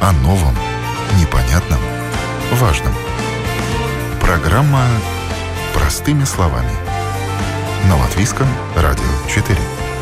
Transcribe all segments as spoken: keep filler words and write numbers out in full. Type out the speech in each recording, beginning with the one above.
О новом, непонятном, важном. Программа «Простыми словами». На Латвийском радио четыре.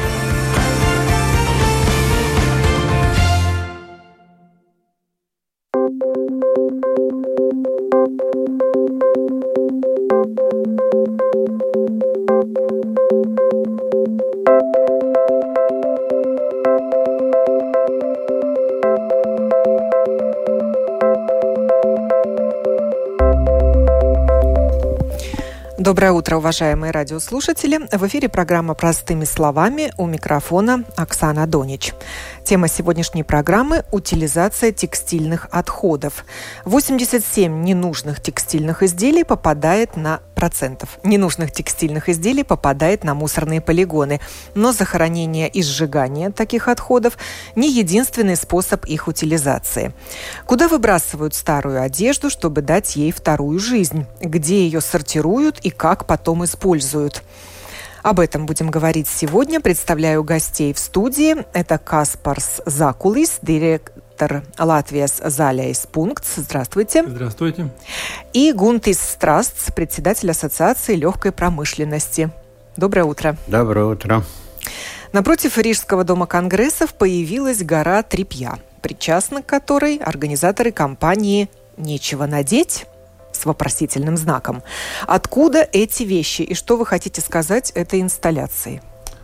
Доброе утро, уважаемые радиослушатели. В эфире программа «Простыми словами», у микрофона Оксана Донич. Тема сегодняшней программы – утилизация текстильных отходов. восемьдесят семь ненужных текстильных изделий попадает на процентов. Ненужных текстильных изделий попадает на мусорные полигоны. Но захоронение и сжигание таких отходов не единственный способ их утилизации. Куда выбрасывают старую одежду, чтобы дать ей вторую жизнь? Где ее сортируют и как потом используют? Об этом будем говорить сегодня. Представляю гостей в студии. Это Каспарс Закулис, директор Латвijas Zaļais punkts. Здравствуйте. Здравствуйте. И Гунтис Страстс, председатель Ассоциации легкой промышленности. Доброе утро. Доброе утро. Напротив Рижского дома конгрессов появилась гора тряпья, причастны к которой организаторы кампании «Нечего надеть» с вопросительным знаком. Откуда эти вещи и что вы хотите сказать этой инсталляции?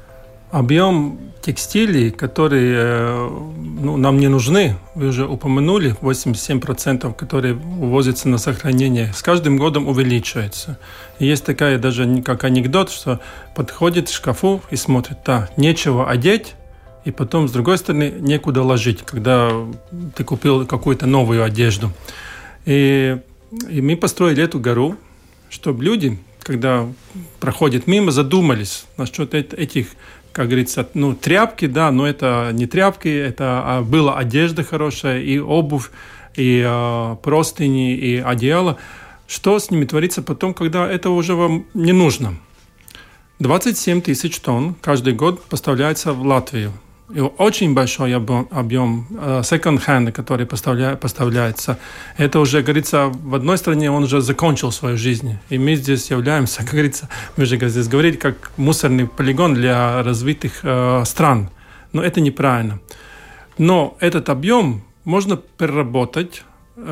Объем текстилей, которые ну, нам не нужны, вы уже упомянули, восемьдесят семь процентов, которые увозятся на сохранение, с каждым годом увеличивается. И есть такая даже как анекдот, что подходит к шкафу и смотрит, да, нечего одеть, и потом, с другой стороны, некуда ложить, когда ты купил какую-то новую одежду. И И мы построили эту гору, чтобы люди, когда проходят мимо, задумались насчет этих, как говорится, ну, тряпки, да, но это не тряпки, это была одежда хорошая, и обувь, и э, простыни, и одеяло. Что с ними творится потом, когда это уже вам не нужно? двадцать семь тысяч тонн каждый год поставляется в Латвию. И очень большой объем секонд-хенда, который поставля, поставляется. Это уже, говорится, в одной стране он уже закончил свою жизнь. И мы здесь являемся, как говорится, мы же здесь говорили, как мусорный полигон для развитых э, стран. Но это неправильно. Но этот объем можно переработать.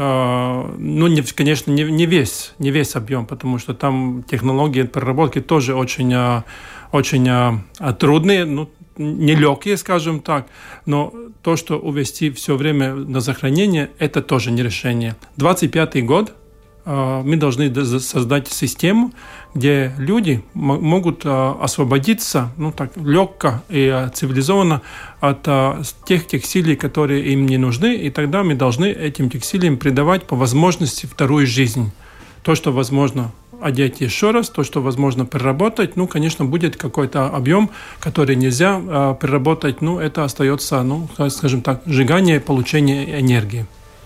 Э, ну, не, конечно, не, не, весь, не весь объем, потому что там технологии переработки тоже очень, э, очень э, трудные. Ну, нелегкие, скажем так, но то, что увезти все время на захоронение, это тоже не решение. двадцать пятый год э, мы должны создать систему, где люди м- могут э, освободиться, ну так легко и э, цивилизованно от э, тех текстилей, которые им не нужны, и тогда мы должны этим текстилям придавать по возможности вторую жизнь. То, что возможно одеть еще раз, то, что возможно переработать, ну, конечно, будет какой-то объем, который нельзя э, переработать, ну, это остается, ну, скажем так, сжигание, получение энергии.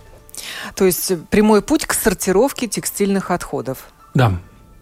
То есть прямой путь к сортировке текстильных отходов. Да.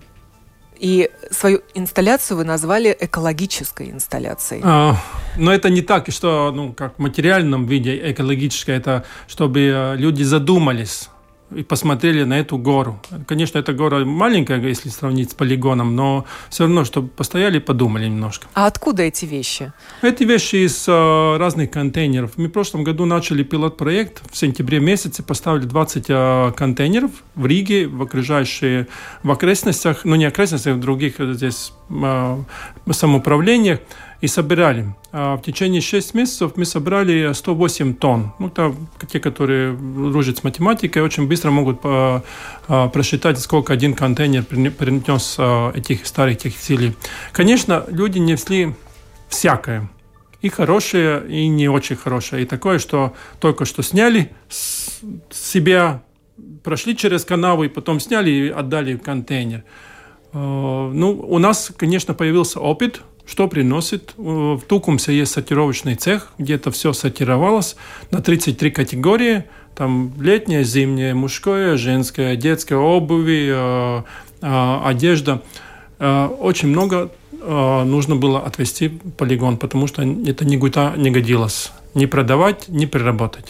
И свою инсталляцию вы назвали экологической инсталляцией. А, но это не так, что, ну, как в материальном виде экологическое, это чтобы люди задумались и посмотрели на эту гору. Конечно, эта гора маленькая, если сравнить с полигоном, но все равно, чтобы постояли и подумали немножко. А откуда эти вещи? Эти вещи из э, разных контейнеров. Мы в прошлом году начали пилот-проект. В сентябре месяце поставили двадцать э, контейнеров в Риге, в окружающие, в окрестностях, ну не окрестностях, в других здесь э, самоуправлениях, и собирали. А в течение шести месяцев мы собрали сто восемь тонн. Ну, это те, которые дружат с математикой, очень быстро могут а, а, просчитать, сколько один контейнер принес а, этих старых текстилей. Конечно, люди несли всякое. И хорошее, и не очень хорошее. И такое, что только что сняли с себя, прошли через канаву, и потом сняли и отдали в контейнер. А, ну, у нас, конечно, появился опыт. Что приносит? В Тукумсе есть сортировочный цех, где это все сортировалось на тридцать три категории. Там летнее, зимнее, мужское, женское, детское, обуви, э, э, одежда. Э, очень много э, нужно было отвезти в полигон, потому что это никуда не годилось. Ни продавать, ни переработать.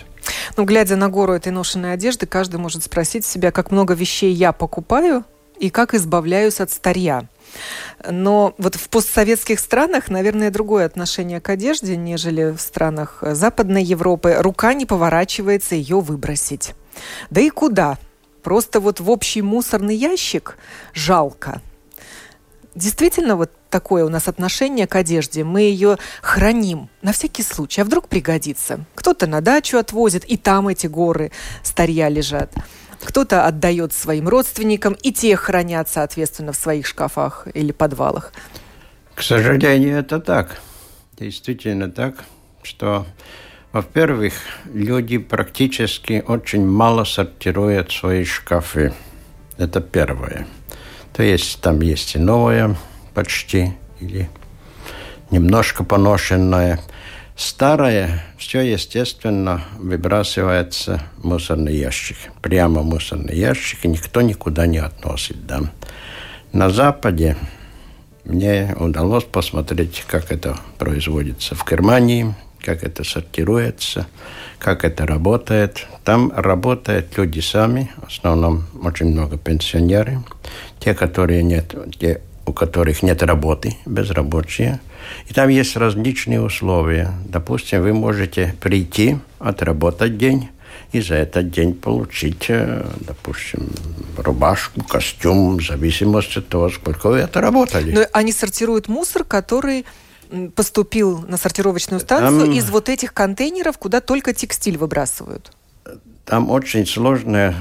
Ну, глядя на гору этой ношенной одежды, каждый может спросить себя, как много вещей я покупаю и как избавляюсь от старья. Но вот в постсоветских странах, наверное, другое отношение к одежде, нежели в странах Западной Европы. Рука не поворачивается ее выбросить. Да и куда? Просто вот в общий мусорный ящик жалко. Действительно, вот такое у нас отношение к одежде. Мы ее храним на всякий случай. А вдруг пригодится? Кто-то на дачу отвозит, и там эти горы старья лежат. Кто-то отдает своим родственникам, и те хранят, соответственно, в своих шкафах или подвалах. К сожалению, это так. Действительно так, что, во-первых, люди практически очень мало сортируют свои шкафы. Это первое. То есть там есть и новое почти, или немножко поношенное. Старое все, естественно, выбрасывается в мусорный ящик. Прямо в мусорный ящик, и никто никуда не относит. Да. На Западе мне удалось посмотреть, как это производится в Германии, как это сортируется, как это работает. Там работают люди сами, в основном очень много пенсионеров, те, которые нет, те, у которых нет работы, безрабочие. И там есть различные условия. Допустим, вы можете прийти, отработать день, и за этот день получить, допустим, рубашку, костюм, в зависимости от того, сколько вы отработали. Но они сортируют мусор, который поступил на сортировочную станцию там, из вот этих контейнеров, куда только текстиль выбрасывают. Там очень сложная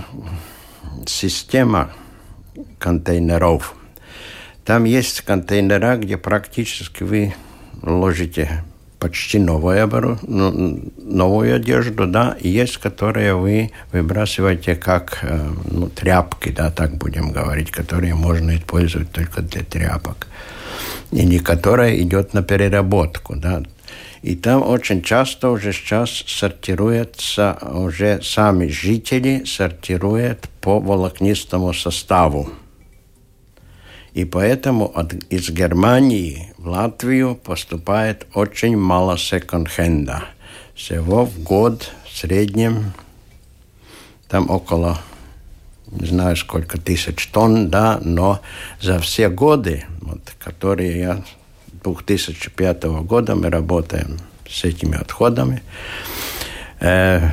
система контейнеров. Там есть контейнера, где практически вы ложите почти новую, новую одежду, да, и есть, которые вы выбрасываете как ну, тряпки, да, так будем говорить, которые можно использовать только для тряпок. Или которая идет на переработку, да. И там очень часто уже сейчас сортируются, уже сами жители сортируют по волокнистому составу. И поэтому от, из Германии в Латвию поступает очень мало секонд-хенда. Всего в год в среднем там около, не знаю сколько тысяч тонн, да, но за все годы, вот, которые я две тысячи пятого года мы работаем с этими отходами, э,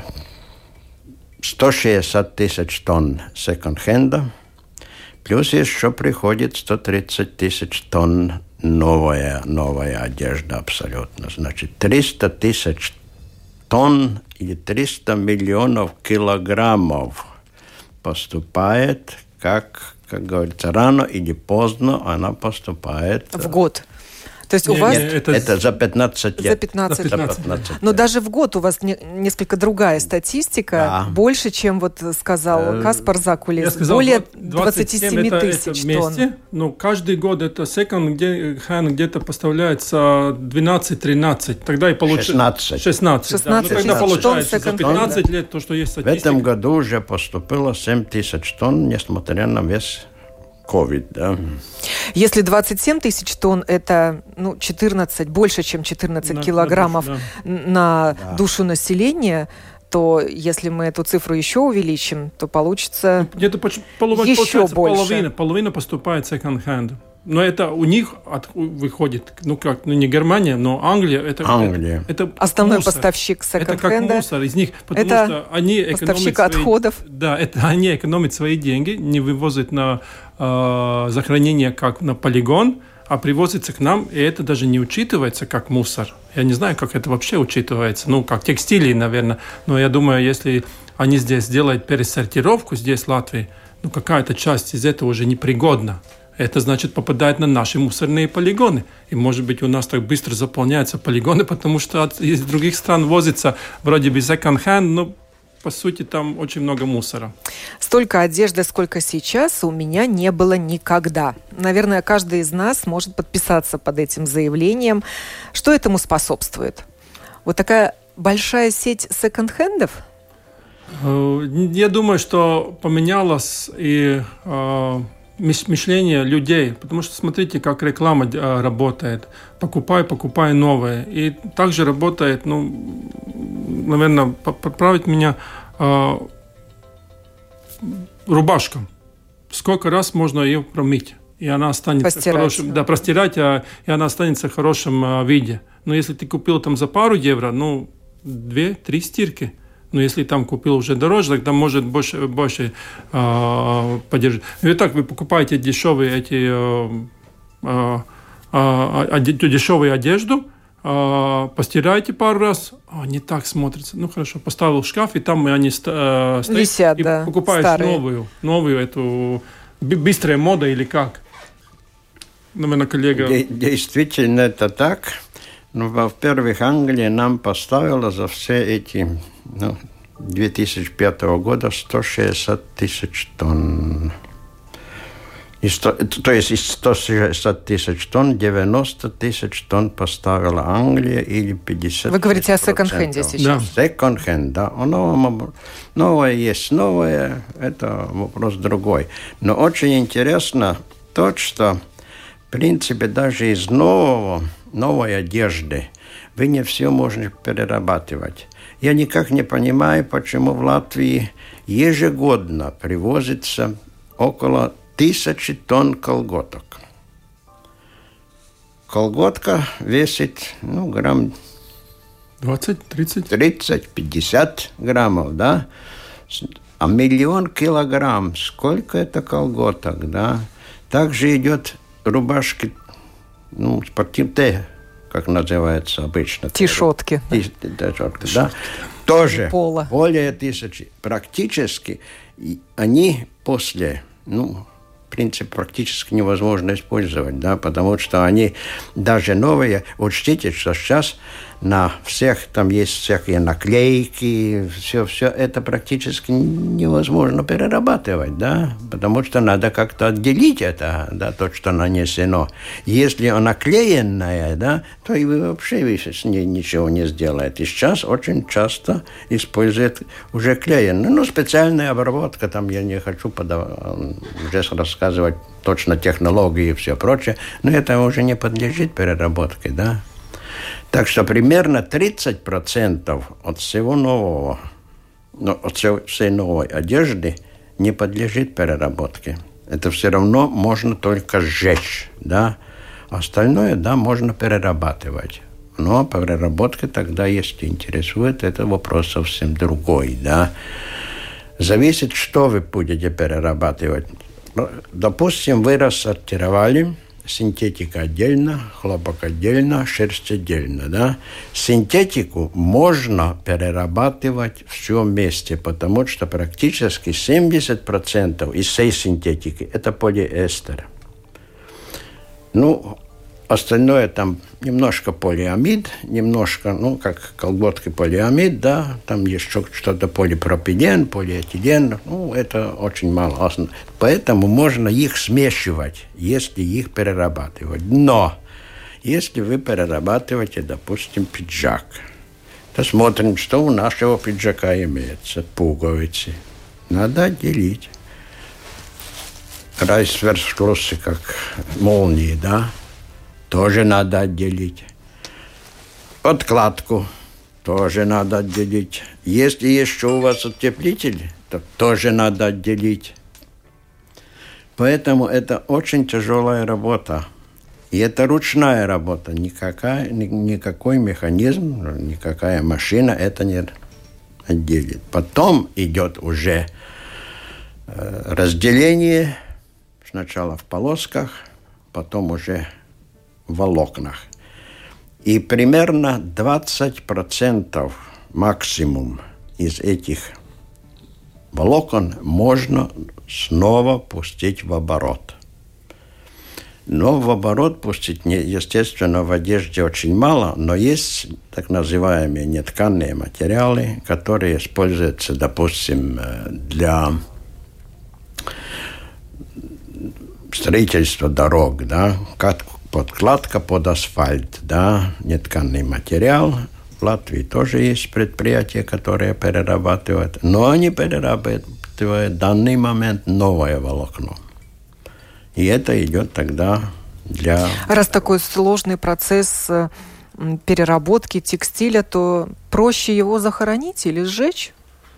сто шестьдесят тысяч тонн секонд-хенда, плюс еще приходит сто тридцать тысяч тонн новая, новая одежда абсолютно. Значит, триста тысяч тонн или триста миллионов килограммов поступает, как, как говорится, рано или поздно она поступает. В год. То есть нет, у вас... Нет, это... это за пятнадцать лет. За пятнадцать, за пятнадцать лет. Но даже в год у вас не, несколько другая статистика. Да. Больше, чем вот сказал Каспар Закулис. Я сказал, более двадцать семь тысяч тонн. Ну, каждый год это секонд-хенд где-то поставляется двенадцать-тринадцать. Тогда и получается... шестнадцать. шестнадцать, шестнадцать да. Ну, тогда получается за пятнадцать да. лет то, что есть статистика. В этом году уже поступило семь тысяч тонн, несмотря на весь ковид, да. Если двадцать семь тысяч тонн, это ну, четырнадцать, больше, чем четырнадцать на, килограммов на душу, да. на да. душу населения, то если мы эту цифру еще увеличим, то получится где-то полу- еще больше. Половина, половина поступает секонд-хенд. Но это у них от, выходит, ну как, ну не Германия, но Англия. Это, Англия. Это, это основной мусор. Поставщик секонд-хенда. Это как мусор из них, потому это что они поставщик экономят отходов. Свои, да, это они экономят свои деньги, не вывозят на э, захоронение как на полигон, а привозится к нам, и это даже не учитывается как мусор. Я не знаю, как это вообще учитывается. Ну, как текстили, наверное. Но я думаю, если они здесь делают пересортировку, здесь в Латвии, ну, какая-то часть из этого уже непригодна. Это значит попадает на наши мусорные полигоны. И, может быть, у нас так быстро заполняются полигоны, потому что от, из других стран возится вроде бы секонд-хенд, но, по сути, там очень много мусора. Столько одежды, сколько сейчас, у меня не было никогда. Наверное, каждый из нас может подписаться под этим заявлением. Что этому способствует? Вот такая большая сеть секонд-хендов? Я думаю, что поменялось и... мышление людей, потому что смотрите, как реклама работает. Покупай, покупай новое. И также работает, ну, наверное, поправить меня, рубашка. Сколько раз можно ее промыть? И она останется постирать. в хорошем... Да, простирать, а, и она останется в хорошем а, виде. Но если ты купил там за пару евро, ну, две-три стирки. Но если там купил уже дороже, тогда может больше, больше а, поддержать. И так вы покупаете дешевые эти... А, а, а, а, дешевую одежду, а, постираете пару раз, а, не так смотрится. Ну, хорошо, поставил в шкаф, и там они а, стоят. Висят, и да, покупаешь старые. новую, новую эту... Быстрая мода или как? Наверное, коллега... Действительно, это так. Ну, во-первых, Англия нам поставила за все эти, ну, две тысячи пятого года сто шестьдесят тысяч тонн. И сто, то есть из ста шестидесяти тысяч тонн девяносто тысяч тонн поставила Англия или пятьдесят процентов. Вы говорите о секонд-хенде сейчас? Да. Секонд-хенд, да. Новое, новое есть новое, это вопрос другой. Но очень интересно то, что в принципе даже из нового, новой одежды вы не все можете перерабатывать. Я никак не понимаю, почему в Латвии ежегодно привозится около тысячи тонн колготок. Колготка весит, ну, грамм... двадцать, тридцать? тридцать, пятьдесят граммов, да? А миллион килограмм, сколько это колготок, да? Также идет рубашки, ну, спортивные, как называется обычно. Тишотки. Тишотки, да? Тоже Пола. Более тысячи. Практически они после, ну, в принципе, практически невозможно использовать, да, потому что они даже новые. Учтите, что сейчас на всех там есть всякие наклейки, все, все это практически невозможно перерабатывать, да, потому что надо как-то отделить это, да, то, что нанесено. Если оно наклеенное, да, то и вы вообще с ней ничего не сделаете. И сейчас очень часто используют уже клеенное. Ну, специальная обработка, там я не хочу подав... уже рассказывать точно технологии и все прочее, но это уже не подлежит переработке, да. Так что примерно тридцать процентов от всего нового, ну, от всей новой одежды не подлежит переработке. Это все равно можно только сжечь, да. Остальное, да, можно перерабатывать. Но переработка тогда, если интересует, это вопрос совсем другой, да. Зависит, что вы будете перерабатывать. Допустим, вы рассортировали синтетика отдельно, хлопок отдельно, шерсть отдельно, да. Синтетику можно перерабатывать все вместе, потому что практически семьдесят процентов из всей синтетики – это полиэстер. Ну, остальное там немножко полиамид, немножко, ну, как колготки полиамид, да, там еще что-то полипропилен, полиэтилен, ну, это очень мало. Поэтому можно их смешивать, если их перерабатывать. Но если вы перерабатываете, допустим, пиджак, то смотрим, что у нашего пиджака имеется. Пуговицы. Надо отделить. Райсвершклоссы, как молнии, да, тоже надо отделить. Подкладку тоже надо отделить. Если еще у вас утеплитель, то тоже надо отделить. Поэтому это очень тяжелая работа. И это ручная работа. Никакая, никакой механизм, никакая машина это не отделит. Потом идет уже разделение. Сначала в полосках, потом уже в волокнах. И примерно двадцать процентов максимум из этих волокон можно снова пустить в оборот. Но в оборот пустить, естественно, в одежде очень мало, но есть так называемые нетканные материалы, которые используются, допустим, для строительства дорог, да, подкладка под асфальт, да, нетканный материал. В Латвии тоже есть предприятия, которые перерабатывают, но они перерабатывают в данный момент новое волокно. И это идет тогда для... Раз такой сложный процесс переработки текстиля, то проще его захоронить или сжечь?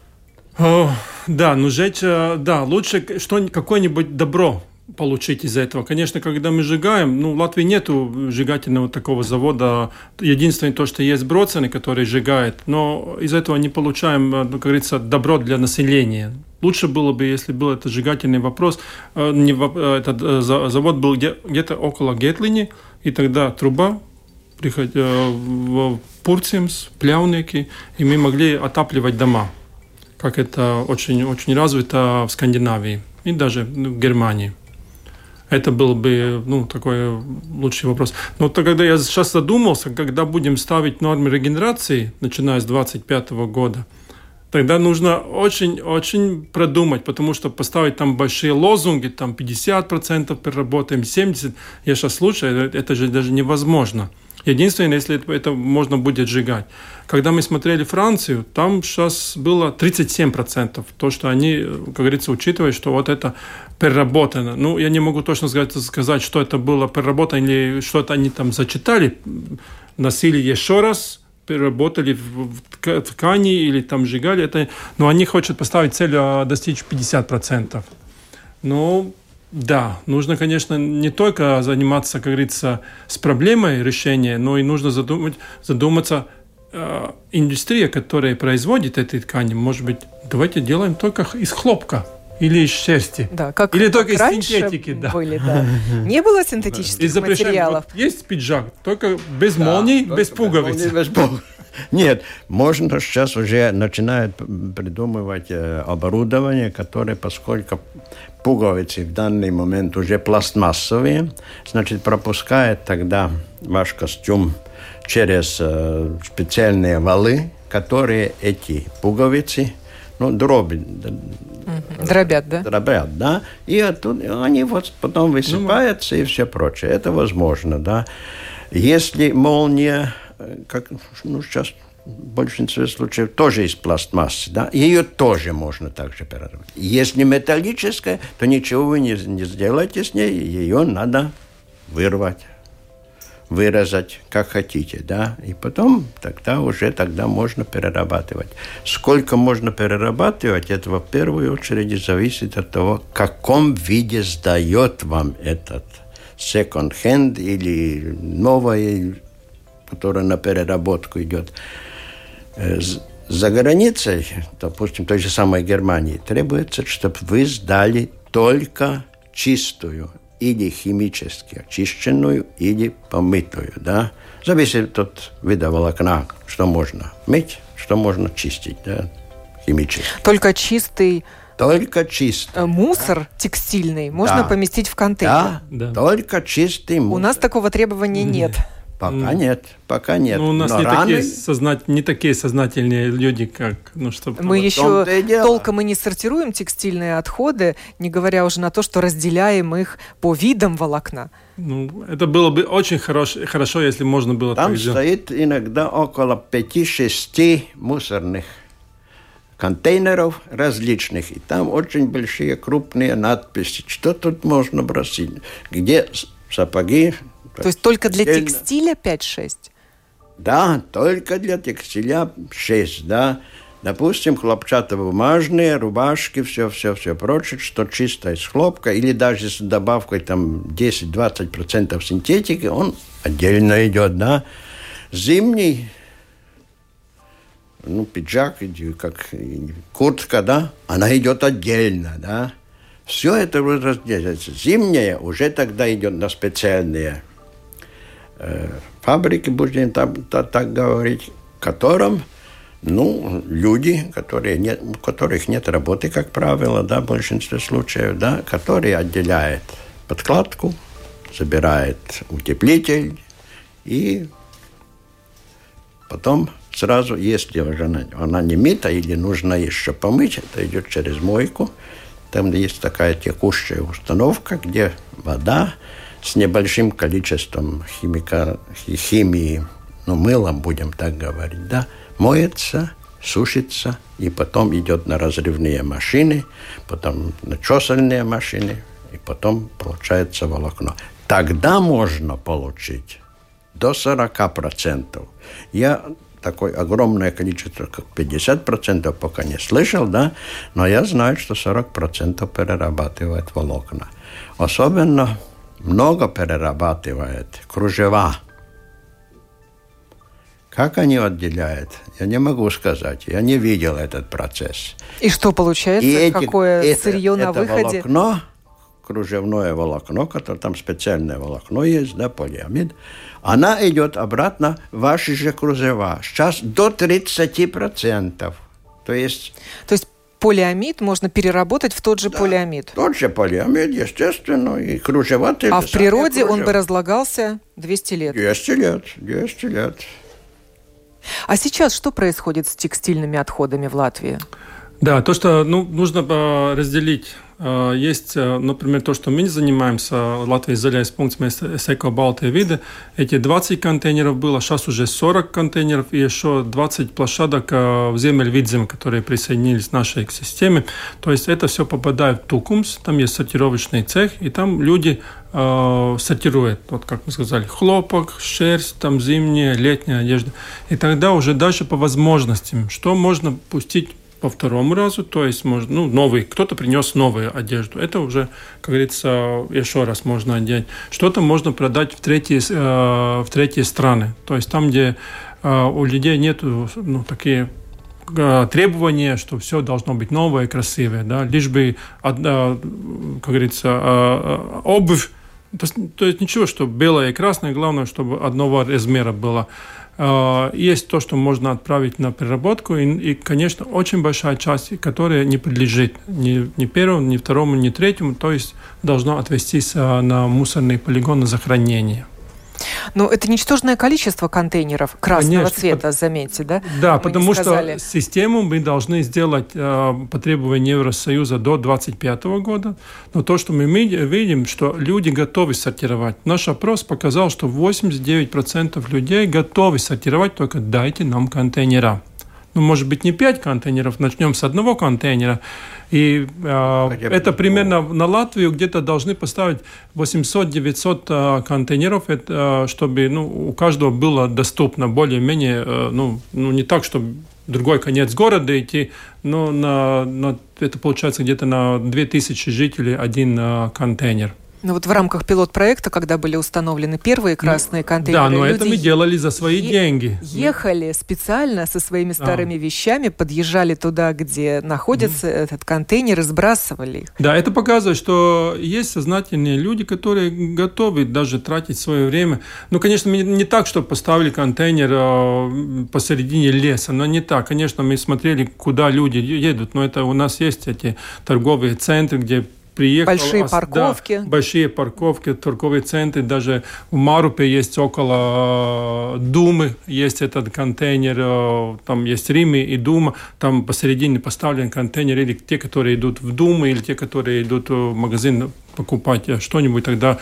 О, да, ну сжечь, да, лучше что, какое-нибудь добро получить из этого. Конечно, когда мы сжигаем, ну, в Латвии нету сжигательного такого завода. Единственное то, что есть Бродсены, который сжигает, но из этого не получаем, ну, как говорится, добро для населения. Лучше было бы, если был этот сжигательный вопрос, не, этот завод был где, где-то около Гетлини, и тогда труба приходила в Пурцимс, Пляуники, и мы могли отапливать дома, как это очень, очень развито в Скандинавии и даже в Германии. Это был бы, ну, такой лучший вопрос. Но то, когда я сейчас задумался, когда будем ставить нормы регенерации, начиная с двадцать пятого года, тогда нужно очень-очень продумать, потому что поставить там большие лозунги, там пятьдесят процентов переработаем, семьдесят процентов, я сейчас слушаю, это же даже невозможно. Единственное, если это, это можно будет сжигать. Когда мы смотрели Францию, там сейчас было тридцать семь процентов. То, что они, как говорится, учитывают, что вот это переработано. Ну, я не могу точно сказать, сказать, что это было переработано или что-то они там зачитали, носили еще раз, переработали в ткани или там сжигали. Это, но они хотят поставить цель достичь пятьдесят процентов. Ну, да, нужно, конечно, не только заниматься, как говорится, с проблемой решения, но и нужно задумать, задуматься, э, индустрия, которая производит эти ткани, может быть, давайте делаем только из хлопка или из шерсти. Да, как, или как только из раньше синтетики. Да. Были, да. Не было синтетических да. материалов? Вот есть пиджак, только без да, молний, без пуговиц. Без молний, без пуговиц. Нет, можно сейчас уже начинают придумывать э, оборудование, которое, поскольку пуговицы в данный момент уже пластмассовые, значит, пропускает тогда ваш костюм через э, специальные валы, которые эти пуговицы, ну, дробят. Дробят, да? Дробят, да. И оттуда они вот потом высыпаются ну, и все прочее. Это возможно, да. Если молния, как, ну, сейчас в большинстве случаев тоже из пластмассы, да, ее тоже можно также переработать. Если металлическая, то ничего вы не, не сделаете с ней, ее надо вырвать, вырезать, как хотите, да, и потом тогда уже тогда можно перерабатывать. Сколько можно перерабатывать, это в первую очередь зависит от того, в каком виде сдает вам этот секонд-хенд или новое, которое на переработку идет. За границей, допустим, той же самой Германии, требуется, чтобы вы сдали только чистую или химически очищенную, или помытую, да. Зависит от вида волокна, что можно мыть, что можно чистить, да, химически. Только чистый... Только чистый. Мусор да? текстильный можно да. поместить в контейнер. Да, да, только чистый мусор. У нас такого требования нет. Пока mm. нет, пока нет. Ну, у нас не, рано... такие созна... не такие сознательные люди, как... Ну, чтобы... Мы еще толком и не сортируем текстильные отходы, не говоря уже на то, что разделяем их по видам волокна. Ну, это было бы очень хорош... хорошо, если можно было Там так сделать. Там стоит иногда около пяти-шести мусорных контейнеров различных. И там очень большие, крупные надписи. Что тут можно бросить? Где сапоги? То есть только для текстиля пять-шесть? Да, только для текстиля шесть, да. Допустим, хлопчатобумажные, рубашки, все-все-все прочее, что чисто из хлопка, или даже с добавкой там десять-двадцать процентов синтетики, он отдельно идет, да. Зимний, ну, пиджак, как куртка, да, она идет отдельно, да. Все это разделяется. Зимняя уже тогда идет на специальные э, фабрики, будем так, так, так говорить, которым, ну, люди, которые нет, у которых нет работы, как правило, да, в большинстве случаев, да, которые отделяют подкладку, собирают утеплитель и потом сразу, если уже она, она не мыта или нужно еще помыть, это идет через мойку. Там есть такая текущая установка, где вода с небольшим количеством химика, химии, ну, мылом, будем так говорить, да, моется, сушится, и потом идет на разрывные машины, потом на чесальные машины, и потом получается волокно. Тогда можно получить до сорок процентов. Я такое огромное количество, как пятьдесят процентов пока не слышал, да, но я знаю, что сорок процентов перерабатывает волокна. Особенно много перерабатывает кружева. Как они отделяют, я не могу сказать. Я не видел этот процесс. И что получается? И эти, Какое это, сырье на это выходе? Волокно, кружевное волокно, которое там специальное волокно есть, да, полиамид, она идет обратно в ваши же кружева. Сейчас до тридцати процентов. То есть... То есть полиамид можно переработать в тот же да, полиамид? Тот же полиамид, естественно, и кружева. А в природе он бы разлагался двести лет? двести лет, двести лет. А сейчас что происходит с текстильными отходами в Латвии? Да, то, что ну, нужно разделить. Есть, например, то, что мы не занимаемся, Латвия изоляется пунктами эко-балтии виды. Эти двадцать контейнеров было, сейчас уже сорок контейнеров и еще двадцать площадок в Земельвидзем, которые присоединились к нашей системе. То есть это все попадает в Тукумс, там есть сортировочный цех, и там люди э, сортируют, вот как мы сказали, хлопок, шерсть, там зимняя, летняя одежда. И тогда уже дальше по возможностям, что можно пустить по второму разу, то есть может, ну, новый, кто-то принес новую одежду. Это уже, как говорится, еще раз можно одеть. Что-то можно продать в третьи, э, в третьи страны. То есть там, где э, у людей нет ну, такие э, требования, что все должно быть новое и красивое. Да? Лишь бы, э, как говорится, э, обувь, то, то есть ничего, что белое и красное, главное, чтобы одного размера было. Есть то, что можно отправить на переработку, и, и, конечно, очень большая часть, которая не подлежит ни, ни первому, ни второму, ни третьему, то есть должно отвезтись на мусорный полигон на захоронение. Но это ничтожное количество контейнеров красного Конечно, цвета, под... заметьте, да? Да, мы потому что систему мы должны сделать э, по требованию Евросоюза до двадцать пятого года. Но то, что мы видим, что люди готовы сортировать. Наш опрос показал, что восемьдесят девять процентов людей готовы сортировать, только дайте нам контейнера. Ну, может быть, не пять контейнеров, начнем с одного контейнера. И э, это примерно на Латвию где-то должны поставить восемьсот-девятьсот э, контейнеров, это, э, чтобы ну, у каждого было доступно более-менее, э, ну, ну, не так, чтобы другой конец города идти, но на, на, это получается где-то на две тысячи жителей один э, контейнер. Ну вот в рамках пилот-проекта, когда были установлены первые красные ну, контейнеры... Да, но это мы делали за свои е- деньги. Ехали специально со своими старыми а. вещами, подъезжали туда, где находится mm. этот контейнер, и сбрасывали их. Да, это показывает, что есть сознательные люди, которые готовы даже тратить свое время. Ну, конечно, не так, что поставили контейнер посередине леса, но не так. Конечно, мы смотрели, куда люди едут, но это у нас есть эти торговые центры, где приехал, большие парковки. Да, большие парковки, торговые центры. Даже в Марупе есть около э, Думы, есть этот контейнер, э, там есть Риме и Дума, там посередине поставлен контейнер, или те, которые идут в Думу, или те, которые идут в магазин покупать что-нибудь, тогда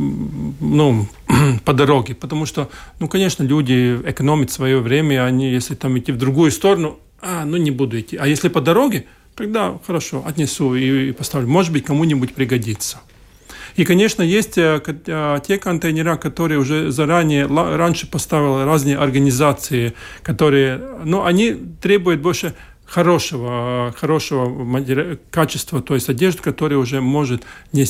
ну, по дороге. Потому что, ну, конечно, люди экономят свое время, они, если там идти в другую сторону, а, ну, не буду идти. А если по дороге, тогда хорошо, отнесу и поставлю. Может быть, кому-нибудь пригодится. И, конечно, есть те контейнера, которые уже заранее, раньше поставили разные организации, которые, ну, они требуют больше хорошего, хорошего качества, то есть одежды, которая уже может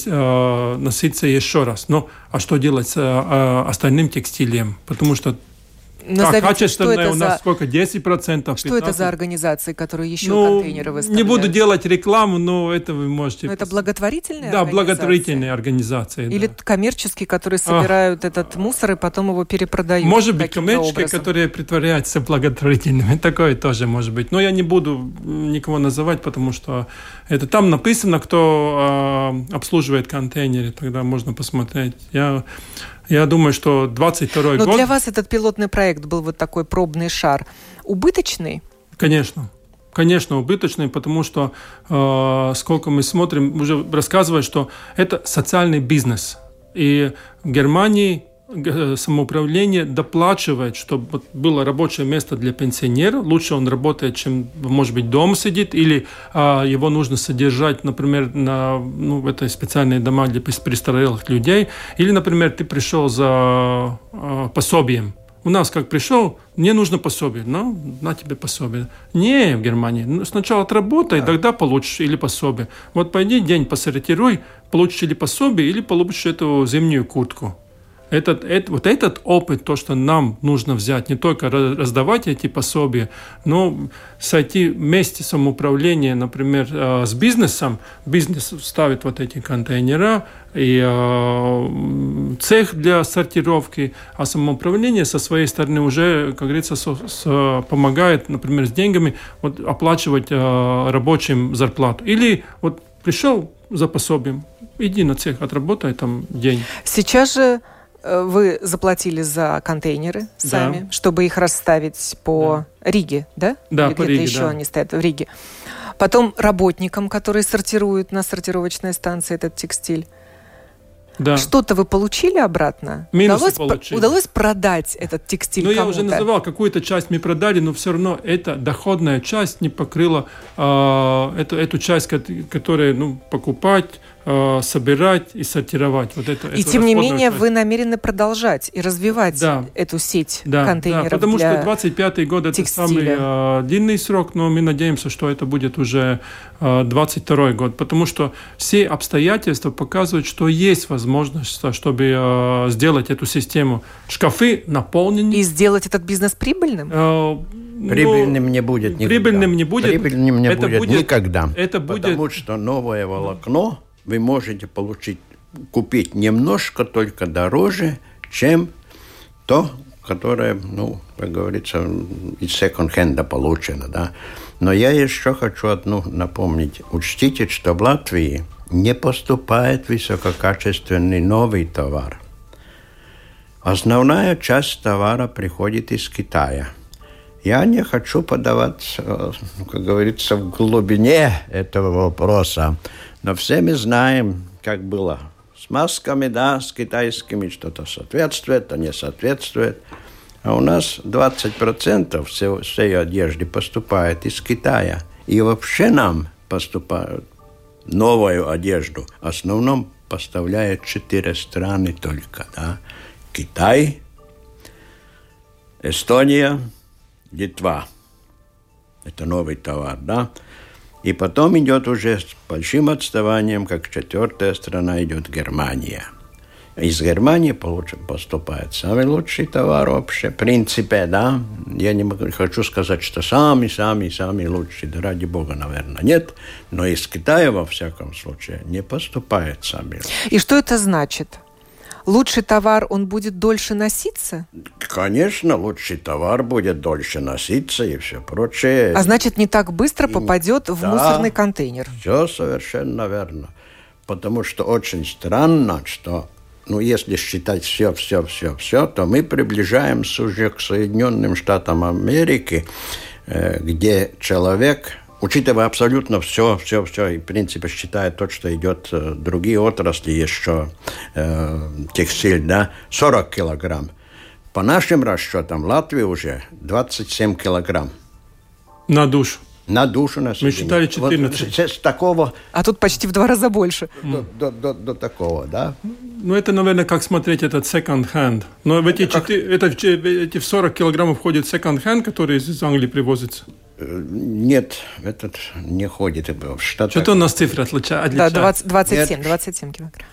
носиться еще раз. Но а что делать с остальным текстилем? Потому что Назовите, так, качественное у нас за... сколько? десять процентов? Что это за организации, которые еще ну, контейнеры выставляют? Не буду делать рекламу, но это вы можете... Но это благотворительные да, организации? Да, благотворительные организации. Или да. коммерческие, которые собирают а. этот мусор и потом его перепродают? Может быть, коммерческие, образом. Которые притворяются благотворительными. Такое тоже может быть. Но я не буду никого называть, потому что это там написано, кто э, обслуживает контейнеры. Тогда можно посмотреть. Я... Я думаю, что двадцать второй Но год... для вас этот пилотный проект был вот такой пробный шар. Убыточный? Конечно. Конечно, убыточный, потому что э, сколько мы смотрим, уже рассказывают, что это социальный бизнес. И в Германии самоуправление доплачивает, чтобы было рабочее место для пенсионера. Лучше он работает, чем, может быть, дома сидит, или а, его нужно содержать, например, на ну, в этой специальные дома для престарелых людей. Или, например, ты пришел за а, пособием. У нас как пришел, мне нужно пособие. Ну, на тебе пособие. Не, в Германии. Сначала отработай, да. Тогда получишь или пособие. Вот пойди день посортируй, получишь или пособие, или получишь эту зимнюю куртку. Этот, это, вот этот опыт, то, что нам нужно взять, не только раздавать эти пособия, но сойти вместе самоуправления, например, с бизнесом. Бизнес ставит вот эти контейнера и э, цех для сортировки, а самоуправление со своей стороны уже, как говорится, со, с, помогает, например, с деньгами вот, оплачивать э, рабочим зарплату. Или вот пришел за пособием, иди на цех, отработай там день. Сейчас же вы заплатили за контейнеры сами, да. чтобы их расставить по да. Риге, да? Да, Или по где-то Риге, еще да. они стоят в Риге. Потом работникам, которые сортируют на сортировочной станции этот текстиль. Да. Что-то вы получили обратно? Минусы удалось, получили. Удалось продать этот текстиль ну, кому-то? Я уже называл, какую-то часть мы продали, но все равно эта доходная часть не покрыла э, эту, эту часть, которую ну, покупать, э, собирать и сортировать. Вот это, и тем не менее часть. Вы намерены продолжать и развивать да. эту сеть да, контейнеров да, потому для что двадцать пятый год это самый э, длинный срок, но мы надеемся, что это будет уже э, двадцать второй год, потому что все обстоятельства показывают, что есть возможность возможность, чтобы э, сделать эту систему. Шкафы наполнены. И сделать этот бизнес прибыльным? Э, прибыльным ну, не будет никогда. Прибыльным не будет. Прибыльным не это будет, будет никогда. Это будет... Потому что новое волокно вы можете получить, купить немножко только дороже, чем то, которое, ну, как говорится, из секонд-хенда получено. Да? Но я еще хочу одну напомнить. Учтите, что в Латвии не поступает высококачественный новый товар. Основная часть товара приходит из Китая. Я не хочу подаваться, как говорится, в глубине этого вопроса, но все мы знаем, как было с масками, да, с китайскими, что-то соответствует, а не соответствует. А у нас двадцать процентов всей, всей одежды поступает из Китая. И вообще нам поступают новую одежду. В основном поставляют четыре страны только. Да? Китай, Эстония, Литва. Это новый товар, да? И потом идет уже с большим отставанием, как четвертая страна идет Германия. Из Германии поступает самый лучший товар вообще. В принципе, да. Я не хочу сказать, что самый-самый-самый лучший. Да ради бога, наверное, нет. Но из Китая, во всяком случае, не поступает самый лучший. И что это значит? Лучший товар, он будет дольше носиться? Конечно, лучший товар будет дольше носиться и все прочее. А значит, не так быстро и попадет не... в да, мусорный контейнер? Все совершенно верно. Потому что очень странно, что ну, если считать все, все, все, все, то мы приближаемся уже к Соединенным Штатам Америки, где человек, учитывая абсолютно все, все, все, и в принципе считая то, что идет другие отрасли еще, э, текстиль, да, сорок килограмм. По нашим расчетам, Латвия уже двадцать семь килограмм. На душу. На душу населения. Мы считали четырнадцать. Вот, с такого... А тут почти в два раза больше. До, до, до, до такого, да? Ну, это, наверное, как смотреть этот second-hand. Но в эти, как... четыре, это, эти в сорок килограммов входит second-hand, который из Англии привозится? Нет, этот не ходит. В Штатах... Что-то у нас цифры отличаются. Да, двадцать, двадцать семь, двадцать семь килограмм.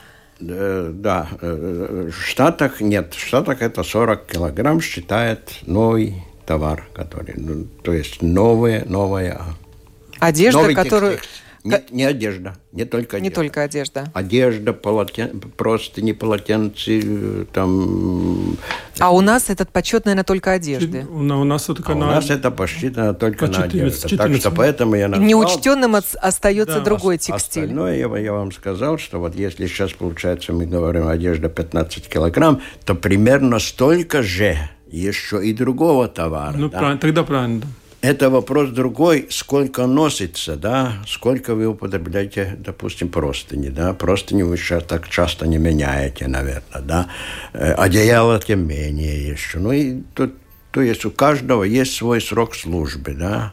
Да, в Штатах нет. В Штатах это сорок килограмм считает новый товар, который, ну, то есть новая, новая одежда, которую... Не, не одежда, не только одежда. Не только одежда. Одежда, полотен... простыни, полотенцы, там... А у нас этот подсчет, наверное, только одежды. У нас это, а на... у нас это посчитано только по на одежду. Так что поэтому я назвал... Неучтенным остается да. другой текстиль. Остальное я, я вам сказал, что вот если сейчас, получается, мы говорим одежда пятнадцать килограмм, то примерно столько же еще и другого товара. Ну, да? правильно, тогда правильно. Это вопрос другой, сколько носится, да, сколько вы употребляете, допустим, простыни, да, простыни вы сейчас так часто не меняете, наверное, да, одеяло тем менее еще. Ну и тут, то есть у каждого есть свой срок службы, да.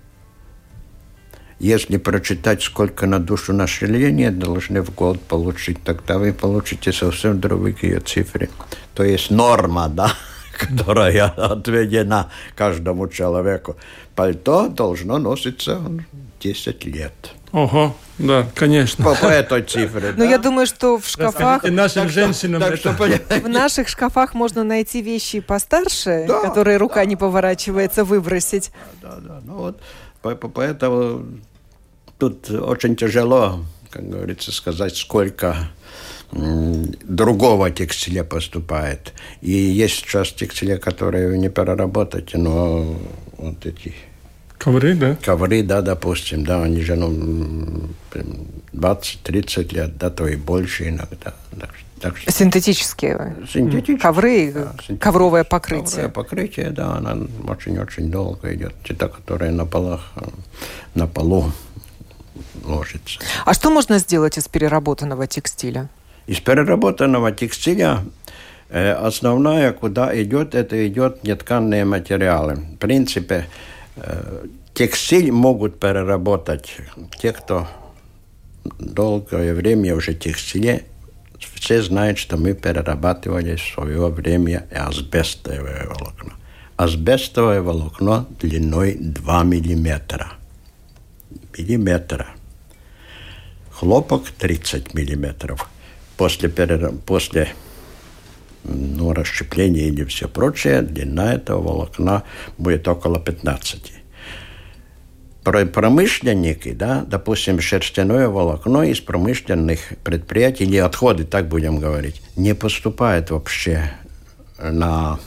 Если прочитать, сколько на душу населения должны в год получить, тогда вы получите совсем другие цифры. То есть норма, да, которая отведена каждому человеку. Пальто должно носиться десять лет. Ого, да, конечно. По, по этой цифре. Но да? я думаю, что в шкафах... И нашим так женщинам что, это... так что, в наших шкафах можно найти вещи постарше, да, которые рука да, не поворачивается выбросить. Да, да, ну вот, поэтому тут очень тяжело, как говорится, сказать, сколько другого текстиля поступает. И есть сейчас текстили, которые вы не переработаете, но вот эти... Ковры, да? Ковры, да, допустим, да, они же, ну, двадцать-тридцать лет, да, то и больше иногда. Так, так что... Синтетические, Синтетические ковры, да, ковровое покрытие. Ковровое покрытие, да, она очень-очень долго идет. Те, которые на полах, на полу ложится. А что можно сделать из переработанного текстиля? Из переработанного текстиля э, основное, куда идет, это идет нетканные материалы. В принципе, э, текстиль могут переработать те, кто долгое время уже текстиле. Все знают, что мы перерабатывали в свое время асбестовое волокно. Асбестовое волокно длиной два миллиметра. Миллиметра. Хлопок тридцать миллиметров. После, после ну, расщепления или все прочее, длина этого волокна будет около пятнадцати. Промышленники, да, допустим, шерстяное волокно из промышленных предприятий, или отходы, так будем говорить, не поступает вообще на,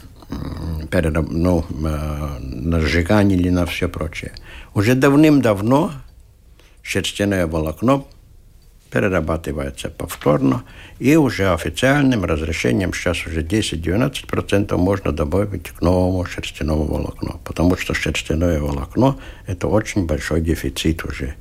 ну, на сжигание или на все прочее. Уже давным-давно шерстяное волокно перерабатывается повторно, и уже официальным разрешением сейчас уже десять-двенадцать процентов можно добавить к новому шерстяному волокну, потому что шерстяное волокно – это очень большой дефицит уже.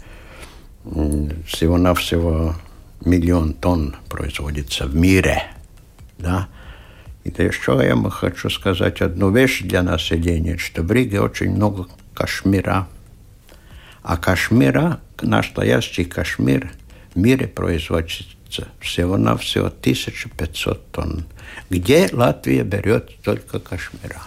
Всего-навсего миллион тонн производится в мире, да. И еще я хочу сказать одну вещь для населения, что в Риге очень много кашмира, а кашмира, настоящий кашмир – в мире производится всего-навсего тысяча пятьсот тонн. Где Латвия берет только кашмира?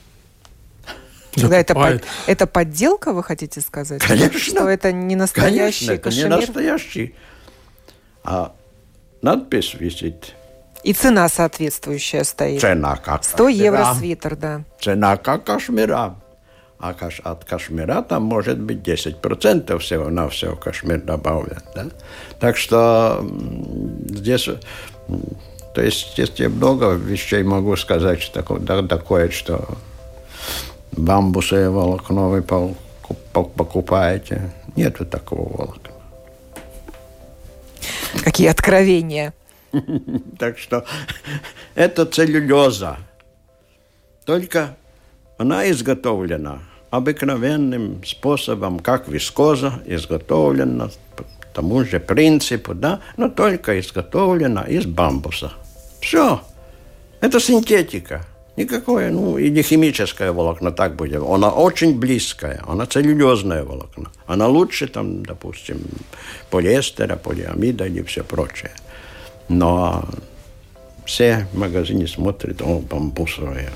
Тогда это, под, это подделка, вы хотите сказать? Конечно. Что это не настоящий Конечно, кашемир? это не настоящий. А надпись висит. И цена соответствующая стоит. Цена как сто кашмира. евро свитер, да. Цена как кашмира. А каш, от кашмира там может быть десять процентов всего-навсего кашмир добавлен. Да? Так что здесь, то есть, здесь я много вещей могу сказать, что такое, такое, что бамбусовое волокно вы покупаете. Нету такого волокна. Какие откровения. Так что это целлюлеза. Только она изготовлена обыкновенным способом, как вискоза изготовлена по тому же принципу, да, но только изготовлена из бамбуса. Все. Это синтетика. Никакое, ну, и не химическое волокно, так будем. Она очень близкая, она целлюлезное волокно. Она лучше, там, допустим, полиэстера, полиамида и все прочее. Но все в магазине смотрят, о, бамбусовое.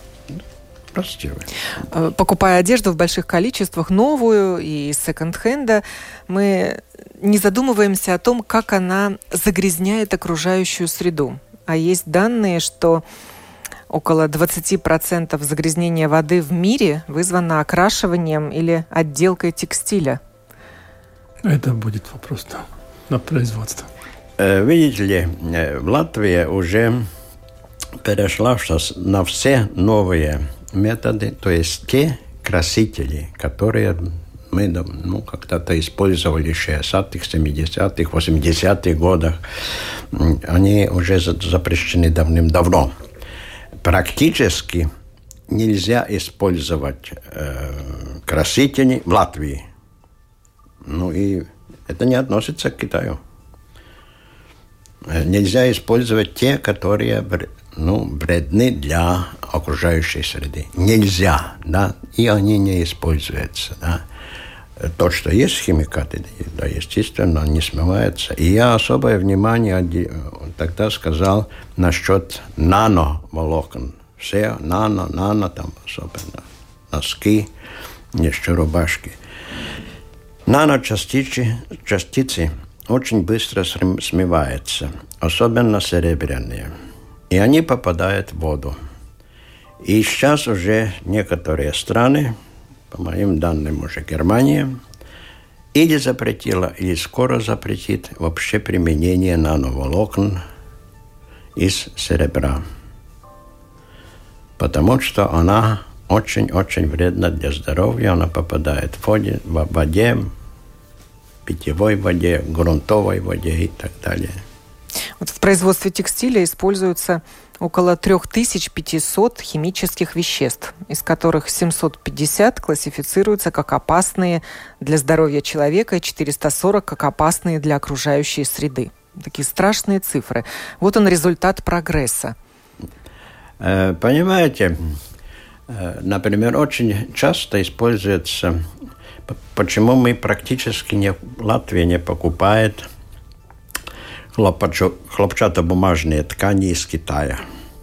Покупая одежду в больших количествах, новую и из секонд-хенда, мы не задумываемся о том, как она загрязняет окружающую среду. А есть данные, что около двадцать процентов загрязнения воды в мире вызвано окрашиванием или отделкой текстиля. Это будет вопрос на производство. Видите ли, в Латвии уже перешла на все новые методы, то есть те красители, которые мы ну, когда-то использовали в шестидесятых, семидесятых, восьмидесятых годах, они уже запрещены давным-давно. Практически нельзя использовать э, красители в Латвии. Ну и это не относится к Китаю. Нельзя использовать те, которые ну, вредны для окружающей среды. Нельзя, да, и они не используются, да. То, что есть химикаты, да, естественно, не смывается. И я особое внимание тогда сказал насчет нановолокон. Все нано, нано, там особенно носки, еще рубашки. Наночастицы частицы очень быстро смываются, особенно серебряные. И они попадают в воду. И сейчас уже некоторые страны, по моим данным уже Германия, или запретила, или скоро запретит вообще применение нановолокон из серебра. Потому что она очень-очень вредна для здоровья. Она попадает в воде, в воде, питьевой воде, грунтовой воде и так далее. Вот в производстве текстиля используется около три тысячи пятьсот химических веществ, из которых семьсот пятьдесят классифицируются как опасные для здоровья человека и четыреста сорок как опасные для окружающей среды. Такие страшные цифры. Вот он результат прогресса. Понимаете, например, очень часто используется, почему мы практически не, Латвия не покупает хлопчатобумажные ткани из Китая.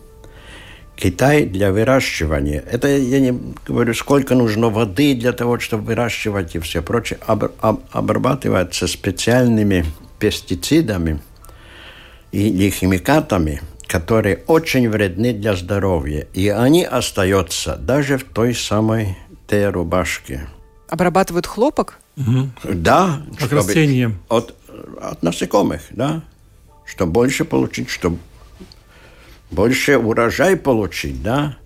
Китай для выращивания, это я не говорю, сколько нужно воды для того, чтобы выращивать и все прочее, об, об, обрабатывается специальными пестицидами или химикатами, которые очень вредны для здоровья. И они остаются даже в той самой той рубашке. Обрабатывают хлопок? Угу. Да. Как растением. От, от насекомых, да. Чтобы больше получить, чтобы больше урожай получить, да.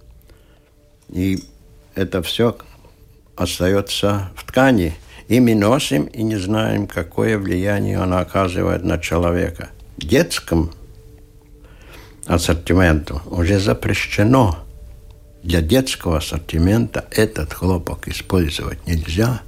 И это все остается в ткани. И мы носим, и не знаем, какое влияние оно оказывает на человека. В детском ассортименту уже запрещено. Для детского ассортимента этот хлопок использовать нельзя.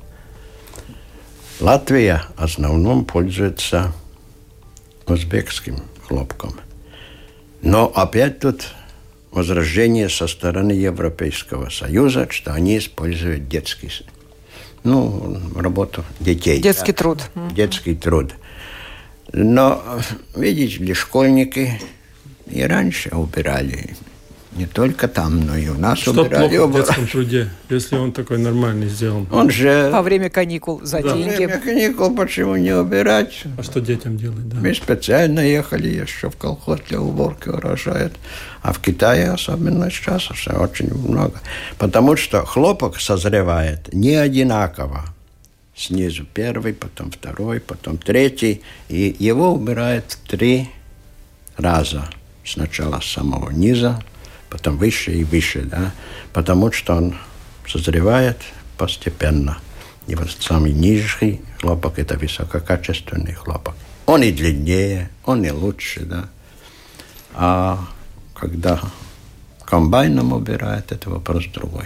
Латвия в основном пользуется узбекским хлопком. Но опять тут возражение со стороны Европейского Союза, что они используют детский, ну, работу детей. Детский да, труд. Детский труд. Но, видите ли, школьники и раньше убирали. Не только там, но и у нас что убирали. Что плохо в детском труде, если он такой нормальный сделан? Он же... Во время каникул за да. деньги. Во время каникул почему не убирать? А что детям делать? Да. Мы специально ехали еще в колхоз для уборки урожая. А в Китае особенно сейчас очень много. Потому что хлопок созревает не одинаково. Снизу первый, потом второй, потом третий. И его убирают три раза. Сначала с самого низа, потом выше и выше, да, потому что он созревает постепенно. И вот самый нижний хлопок – это высококачественный хлопок. Он и длиннее, он и лучше, да. А когда комбайном убирают, это вопрос другой.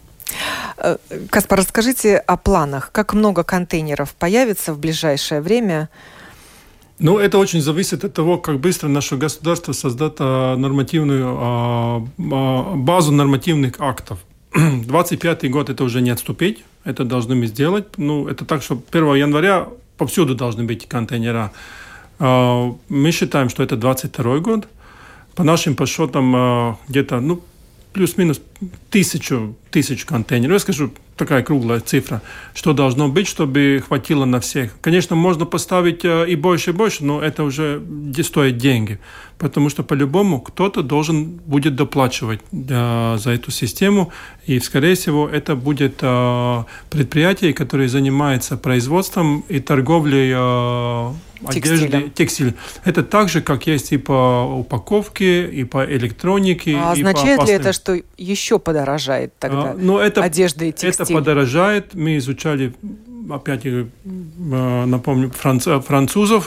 Каспар, расскажите о планах. Как много контейнеров появится в ближайшее время? Ну, это очень зависит от того, как быстро наше государство создаст а, нормативную а, а, базу нормативных актов. двадцать пятый год это уже не отступить, это должны мы сделать. Ну, это так, что первого января повсюду должны быть контейнера. А, мы считаем, что это двадцать второй год. По нашим подсчетам а, где-то, ну, плюс-минус тысячу, тысячу контейнеров. Я скажу, такая круглая цифра, что должно быть, чтобы хватило на всех. Конечно, можно поставить и больше, и больше, но это уже стоит деньги. Потому что по-любому кто-то должен будет доплачивать э, за эту систему. И, скорее всего, это будет э, предприятие, которое занимается производством и торговлей э, одежды, текстилем. Это так же, как есть и по упаковке, и по электронике. А и означает по ли это, что еще подорожает тогда а, ну, это, одежда и текстиль? Это подорожает. Мы изучали, опять напомню, франц, французов,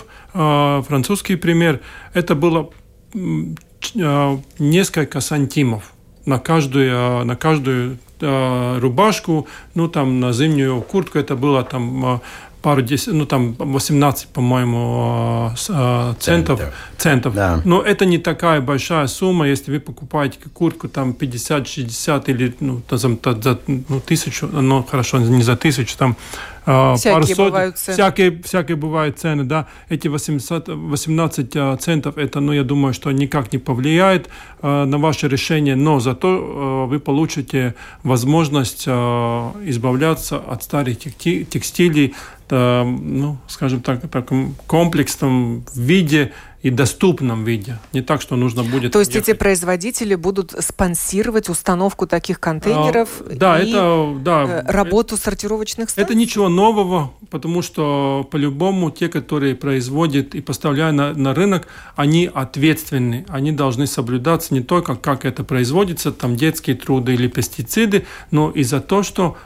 французский пример. Это было несколько сантимов на каждую, на каждую э, рубашку, ну, там, на зимнюю куртку это было там пару десять, ну, там, восемнадцать, по-моему, э, центов. центов. Да. Но это не такая большая сумма, если вы покупаете куртку там пятьдесят-шестьдесят или, ну, за, за ну, тысячу, ну, хорошо, не за тысячу, там, Всякие пару сот, бывают цены. Всякие, всякие бывают цены, да. Эти восемнадцать центов, это, ну, я думаю, что никак не повлияет э, на ваше решение, но зато э, вы получите возможность э, избавляться от старых текстилей, э, ну, скажем так, в таком комплексном виде и доступном виде. Не так, что нужно будет... То есть ехать. эти производители будут спонсировать установку таких контейнеров а, да, и это, да, работу это, сортировочных станций? Это ничего нового, потому что по-любому те, которые производят и поставляют на, на рынок, они ответственны. Они должны соблюдаться не только, как это производится, там детские труды или пестициды, но и за то, что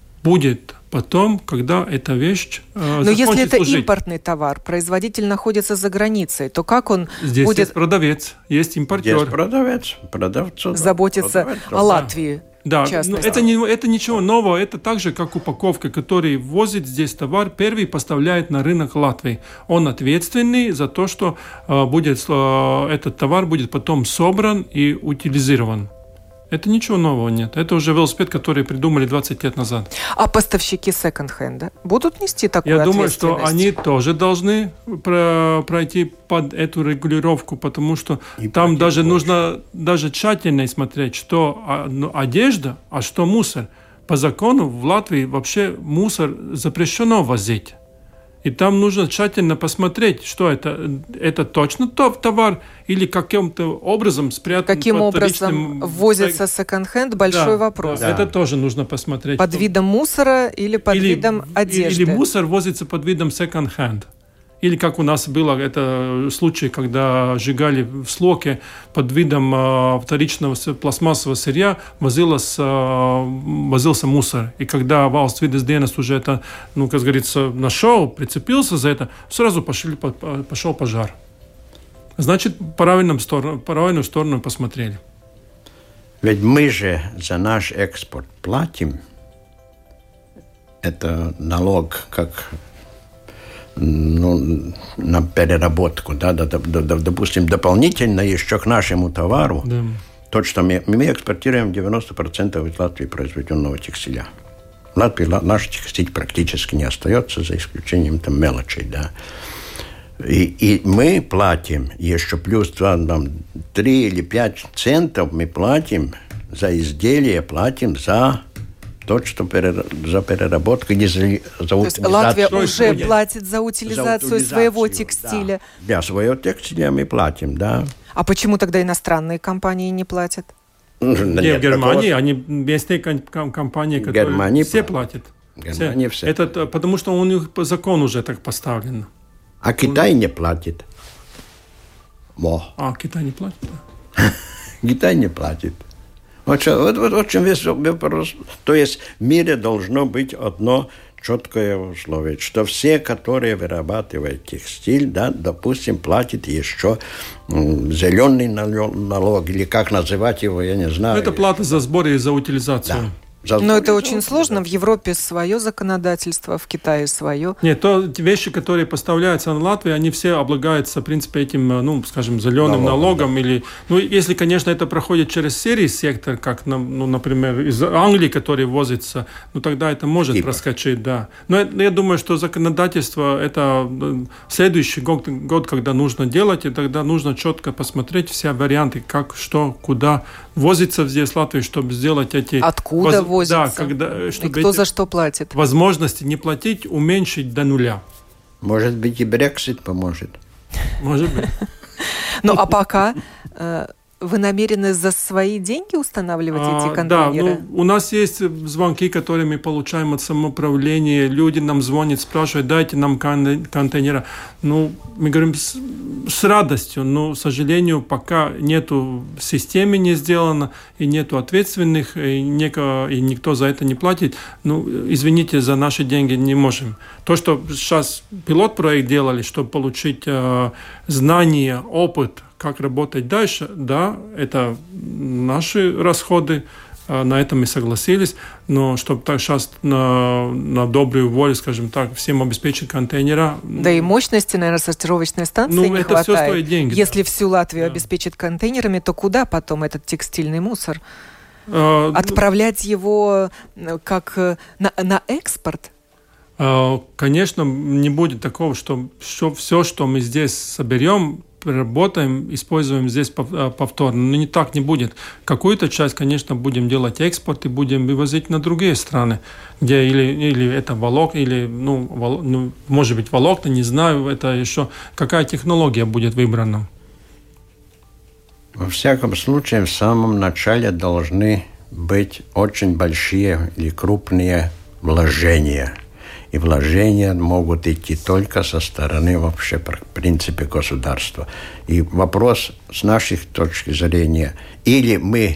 будет потом, когда эта вещь э, Но если это служить. Импортный товар, производитель находится за границей, то как он Здесь будет... есть продавец, есть импортер. Есть продавец, продавцу. Заботиться продавец, о Латвии. Да, но это, не, это ничего нового, это так же, как упаковка, который возит здесь товар, первый поставляет на рынок Латвии. Он ответственный за то, что э, будет, э, этот товар будет потом собран и утилизирован. Это ничего нового нет. Это уже велосипед, который придумали двадцать лет назад. А поставщики секонд-хенда будут нести такую Я ответственность? думаю, что они тоже должны про- пройти под эту регулировку, потому что и там даже больше. Нужно даже тщательно смотреть, что а, ну, одежда, а что мусор. По закону в Латвии вообще мусор запрещено возить. И там нужно тщательно посмотреть, что это. Это точно товар или каким-то образом спрятан. Каким образом ввозится секонд-хенд, большой да, вопрос. Да. Это тоже нужно посмотреть. Под видом мусора или под или, видом одежды? Или мусор возится под видом секонд-хенд. Или как у нас было это случай, когда сжигали в Слоке под видом э, вторичного пластмассового сырья возилось, э, возился мусор. И когда Valsts vides dienas уже это, ну, как говорится, нашел, прицепился за это, сразу пошли, пошел пожар. Значит, правильную сторону, правильную сторону посмотрели. Ведь мы же за наш экспорт платим. Это налог как... ну, на переработку, да, да, да, да, допустим, дополнительно еще к нашему товару, да. То, что мы, мы экспортируем девяносто процентов из Латвии произведенного текстиля. В Латвии наш текстиль практически не остается, за исключением там мелочей, да. И, и мы платим еще плюс там, три или пять центов мы платим за изделие, платим за... то, что перер... за переработку, не за, за то утилизацию. То есть Латвия уже платит за утилизацию, за утилизацию своего текстиля? Да. Для своего текстиля мы платим, да. А почему тогда иностранные компании не платят? Нет, в Германии, такого... они местные компании, которые Германии все платят. Германии все. Это потому, что у них закон уже так поставлен. А Китай не платит. Во. А, Китай не платит? Китай не платит. Очень, вот, вот, очень весь вопрос. То есть в мире должно быть одно четкое условие, что все, которые вырабатывают текстиль, да, допустим, платят еще м, зеленый налог, или как называть его, я не знаю. Это плата за сбор и за утилизацию. Да. За Но это очень сложно. В Европе свое законодательство, в Китае свое. Нет, то вещи, которые поставляются на Латвию, они все облагаются, в принципе, этим, ну, скажем, зеленым налогом. налогом да. Или, ну, если, конечно, это проходит через серий сектор, как, ну, например, из Англии, который возится, ну, тогда это может Типа. проскочить, да. Но я думаю, что законодательство это следующий год, год, когда нужно делать, и тогда нужно четко посмотреть все варианты, как, что, куда возится здесь в Латвии, чтобы сделать эти... Откуда воз... возится? Да, когда, чтобы и кто за что платит? Возможности не платить уменьшить до нуля. Может быть, и Брексит поможет. Может быть. Ну, а пока... Вы намерены за свои деньги устанавливать а, эти контейнеры? Да, ну, у нас есть звонки, которые мы получаем от самоуправления. Люди нам звонят, спрашивают, дайте нам контейнеры. Ну, мы говорим с, с радостью, но, к сожалению, пока нету в системе не сделано, и нету ответственных, и, неко, и никто за это не платит. Ну, извините, за наши деньги не можем. То, что сейчас пилот-проект делали, чтобы получить э, знания, опыт, как работать дальше, да, это наши расходы, на этом мы согласились, но чтобы так сейчас на, на добрую волю, скажем так, всем обеспечить контейнера... Да и мощности, наверное, сортировочной станции ну, не это хватает. все стоит деньги. Если да. всю Латвию да. обеспечить контейнерами, то куда потом этот текстильный мусор? А, Отправлять его как на, на экспорт? Конечно, не будет такого, что, что все, что мы здесь соберем, переработаем, используем здесь повторно. Но не так не будет. Какую-то часть, конечно, будем делать экспорт и будем вывозить на другие страны, где или, или это волокна, или, ну, вол, ну, может быть, волокна, не знаю, это еще какая технология будет выбрана. Во всяком случае, в самом начале должны быть очень большие или крупные вложения. И вложения могут идти только со стороны вообще, в принципе, государства. И вопрос с нашей точки зрения, или мы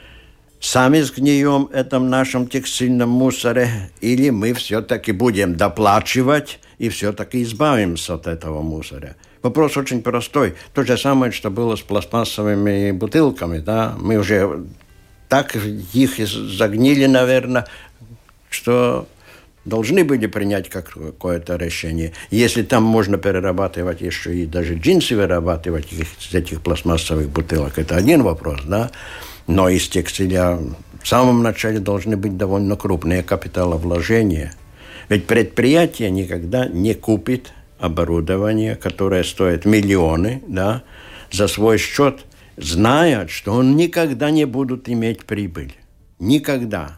сами сгнием в этом нашем текстильном мусоре, или мы все-таки будем доплачивать и все-таки избавимся от этого мусора. Вопрос очень простой. То же самое, что было с пластмассовыми бутылками. Да? Мы уже так их загнили, наверное, что... должны были принять какое-то решение. Если там можно перерабатывать еще и даже джинсы вырабатывать из этих пластмассовых бутылок, это один вопрос, да. Но из текстиля в самом начале должны быть довольно крупные капиталовложения. Ведь предприятие никогда не купит оборудование, которое стоит миллионы, да, за свой счет, зная, что он никогда не будет иметь прибыль. Никогда.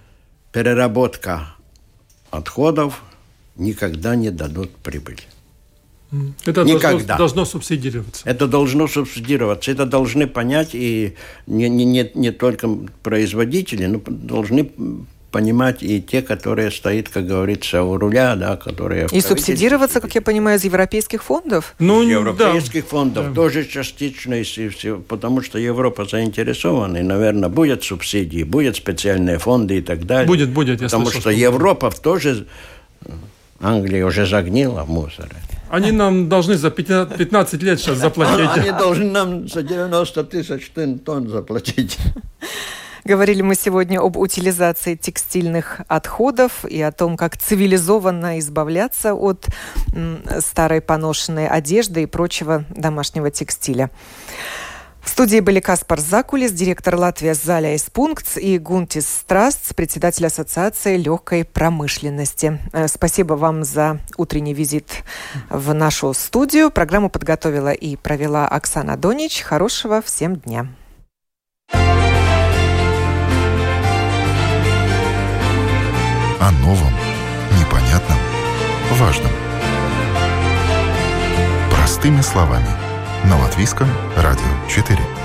Переработка отходов никогда не дадут прибыль. Это никогда. Должно, должно субсидироваться. Это должно субсидироваться. Это должны понять и не, не, не, не только производители, но должны понимать и те, которые стоят, как говорится, у руля, да, которые... И субсидироваться, как я понимаю, из европейских фондов? Ну, из европейских да. фондов да. тоже частично, потому что Европа заинтересована, и, наверное, будет субсидии, будут специальные фонды и так далее. Будет, будет. Я потому слышал, что, что Европа тоже... Англия уже загнила в мусоре. Они нам должны за пятнадцать лет сейчас заплатить. Они должны нам за девяносто тысяч тонн заплатить. Говорили мы сегодня об утилизации текстильных отходов и о том, как цивилизованно избавляться от м, старой поношенной одежды и прочего домашнего текстиля. В студии были Каспар Закулис, директор Латвии Zaļais punkts, и Гунтис Страстс, председатель Ассоциации легкой промышленности. Спасибо вам за утренний визит в нашу студию. Программу подготовила и провела Оксана Донич. Хорошего всем дня. О новом, непонятном, важном. Простыми словами. На Латвийском радио четыре.